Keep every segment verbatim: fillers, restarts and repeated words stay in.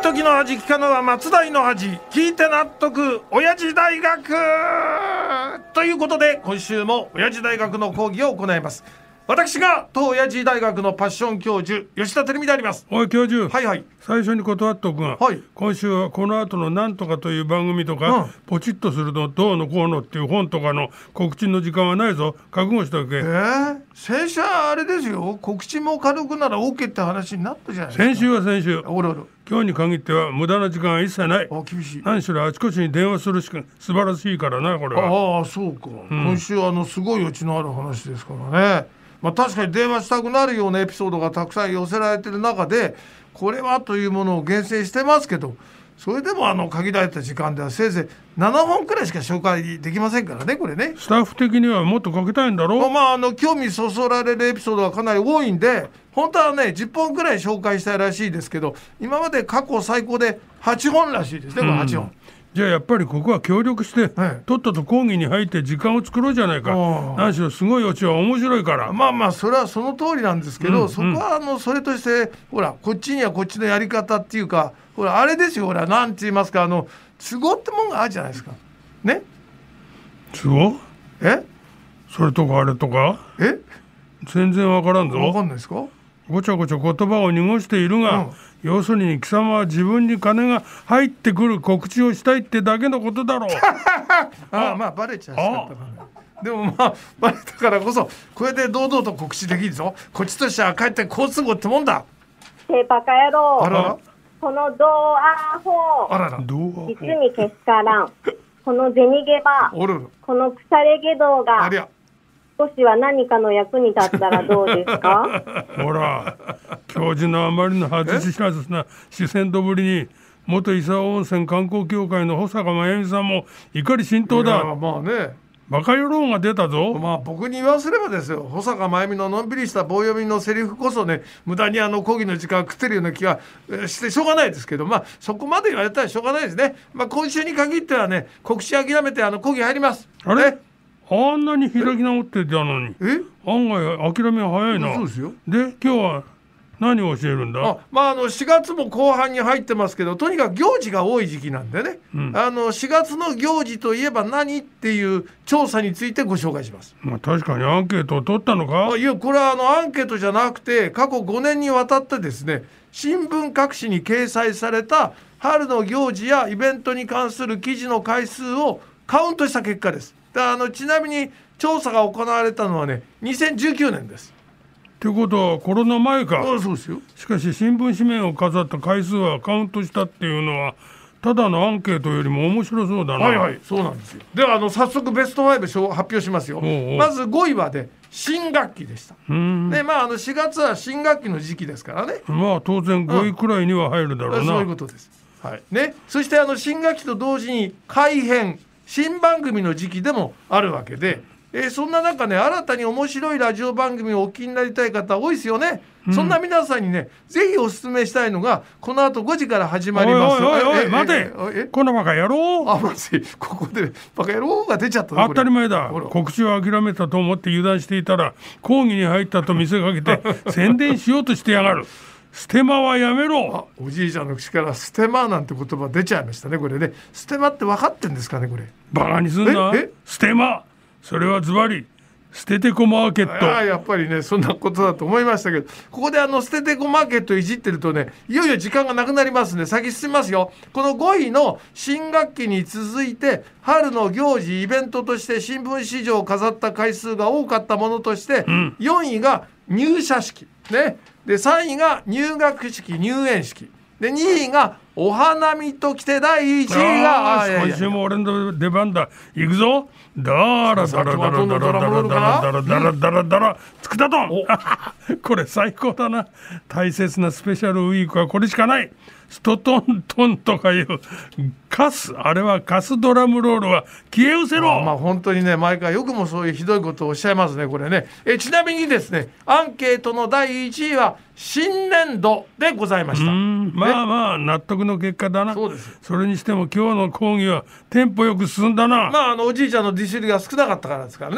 時の味聞かぬは松代の味、聞いて納得親父大学ということで、今週も親父大学の講義を行います。私が当親父大学のパッション教授吉田照美であります。 おい教授、 はいはい、 最初に断っておくが、はい、今週はこの後のなんとかという番組とか、うん、ポチッとするのどうのこうのっていう本とかの告知の時間はないぞ。覚悟しておけ。 えー、先週はあれですよ、告知も軽くなら OK って話になったじゃないですか。 先週は先週、 おろおろ、 今日に限っては無駄な時間は一切ない。 あ、厳しい。 何しろあちこちに電話するしか素晴らしいからな、これは。 ああ、そうか、うん、今週はあのすごいオチのある話ですからね。まあ、確かに電話したくなるようなエピソードがたくさん寄せられている中で、これはというものを厳選してますけど、それでもあの限られた時間ではせいぜいななほんくらいしか紹介できませんからね、これね。 スタッフ的にはもっとかけたいんだろう。 まあ、あの興味そそられるエピソードがかなり多いんで、本当はねじゅっぽんくらい紹介したいらしいですけど、今まで過去最高ではっぽんらしいですね、これはちほん。 じゃあやっぱりここは協力して、はい、とっとと講義に入って時間を作ろうじゃないか。何しろすごいオチは面白いから。 まあまあそれはその通りなんですけど、うん、そこはあのそれとしてほらこっちにはこっちのやり方っていうか、ほらあれですよ、ほらなんて言いますか、あの都合ってもんがあるじゃないですかね。 都合？ え？ それとかあれとか？ え？ 全然わからんぞ。 わかんないですか？ ごちゃごちゃ言葉を濁しているが、うん、要するに貴様は自分に金が入ってくる告知をしたいってだけのことだろう。 ああ、まあバレちゃうしかったかな。でもまあバレたからこそこれで堂々と告知できるぞ。こっちとしては帰って好都合ってもんだ。 えバカ野郎。 あらら、 このドアホ。 あらら、 実にけしからん。この銭ゲバ。 おるる、 この腐れ下道が。 ありゃ、 少しは何かの役に立ったらどうですか？ ほら、教授のあまりの外し知らずな視線とぶりに、元伊佐温泉観光協会の保坂真由美さんも怒り心頭だ。 いやまあね、 バカ野郎が出たぞ。 まあ僕に言わせればですよ、保坂真由美ののんびりした棒読みのセリフこそね、無駄にあの講義の時間を食ってるような気がしてしょうがないですけど、まあそこまで言われたらしょうがないですね。まあ今週に限ってはね、告知諦めてあの講義入ります。 あれ、あんなに開き直ってたのに、 え案外諦めが早いな。 そうですよ。 で今日は何を教えるんだ？ あ、まあ、あのしがつも後半に入ってますけど、とにかく行事が多い時期なんでね、うん、あのしがつの行事といえば何っていう調査についてご紹介します。 まあ、確かにアンケートを取ったのか？ いや、これはあのアンケートじゃなくて、過去ごねんにわたってですね、新聞各紙に掲載された春の行事やイベントに関する記事の回数をカウントした結果です。だあのちなみに調査が行われたのはねにせんじゅうきゅうねんです。 ってことはコロナ前か。 あ、そうですよ。 しかし新聞紙面を飾った回数はカウントしたっていうのはただのアンケートよりも面白そうだな。 はいはい、そうなんですよ。ではあの早速ベストご発表しますよ。おうおう、まずごいはで新学期でした。で、まあ、あのしがつは新学期の時期ですからね。 まあ当然ごいくらいには入るだろうな、 うん、そういうことです、はいね、そしてあの新学期と同時に改編新番組の時期でもあるわけで、えー、そんな中ね、新たに面白いラジオ番組をお聞きになりたい方多いですよね、うん、そんな皆さんにねぜひお勧めしたいのがこの後ごじから始まります。 おいおいおいおい待て、このバカ野郎。 あ、まずここでバカ野郎が出ちゃった。 当たり前だ。告知を諦めたと思って油断していたら講義に入ったと見せかけて宣伝しようとしてやがる。ステマはやめろ。 あ、おじいちゃんの口からステマなんて言葉出ちゃいましたね、これね。ステマって分かってんですかね、これ。 バカにすんな。ステマ、それはズバリステテコマーケット。 あ、やっぱりねそんなことだと思いましたけど、ここであのステテコマーケットいじってるとね、いよいよ時間がなくなりますんで先進みますよ。このごいの新学期に続いて春の行事イベントとして新聞紙上を飾った回数が多かったものとして、うん、よんいが入社式ね、でさんいが入学式入園式で、にいがお花見ときてだいいちいが、 今週も俺の出番だ。行くぞ。だらだらだらだらだらだらだらだらだらだらつくだとん。これ最高だな。大切なスペシャルウィークはこれしかない。ストトントンとかいうカス、あれはカスドラムロールは消え失せろ。 あ、まあ本当にね、毎回よくもそういうひどいことをおっしゃいますね、これね。えちなみにですね、アンケートのだいいちいは新年度でございました。 うん、まあまあ納得の結果だな。 そうです。 それにしても今日の講義はテンポよく進んだな。 まああのおじいちゃんのディスりが少なかったからですからね。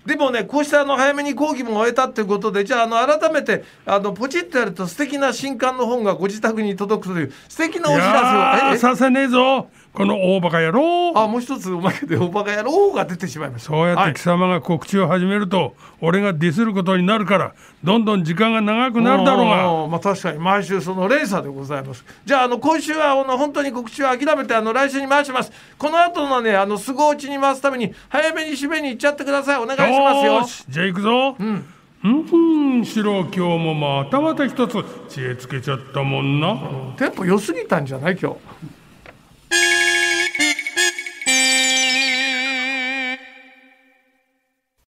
でもねこうしてあの早めに講義も終えたということで、じゃあ、あの改めてあのポチッとやると素敵な新刊の本がご自宅に届くという素敵なお知らせを。 いやーええさせねえぞこの大バカ野郎。 あ、もう一つおまけでおバカ野郎が出てしまいました。 そうやっはいて貴様が告知を始めると、俺がディスることになるからどんどん時間が長くなるだろうが。 うんまあ、確かに毎週その連鎖でございます。じゃあ、あの今週はあの本当に告知を諦めてあの来週に回します。この後のねあのすご落ちに回すために早めに締めに行っちゃってください。お願いしますよ。 よしじゃあ行くぞ。うんうんシロ今日もまたまた一つ知恵つけちゃったもんな。 テンポ良すぎたんじゃない今日。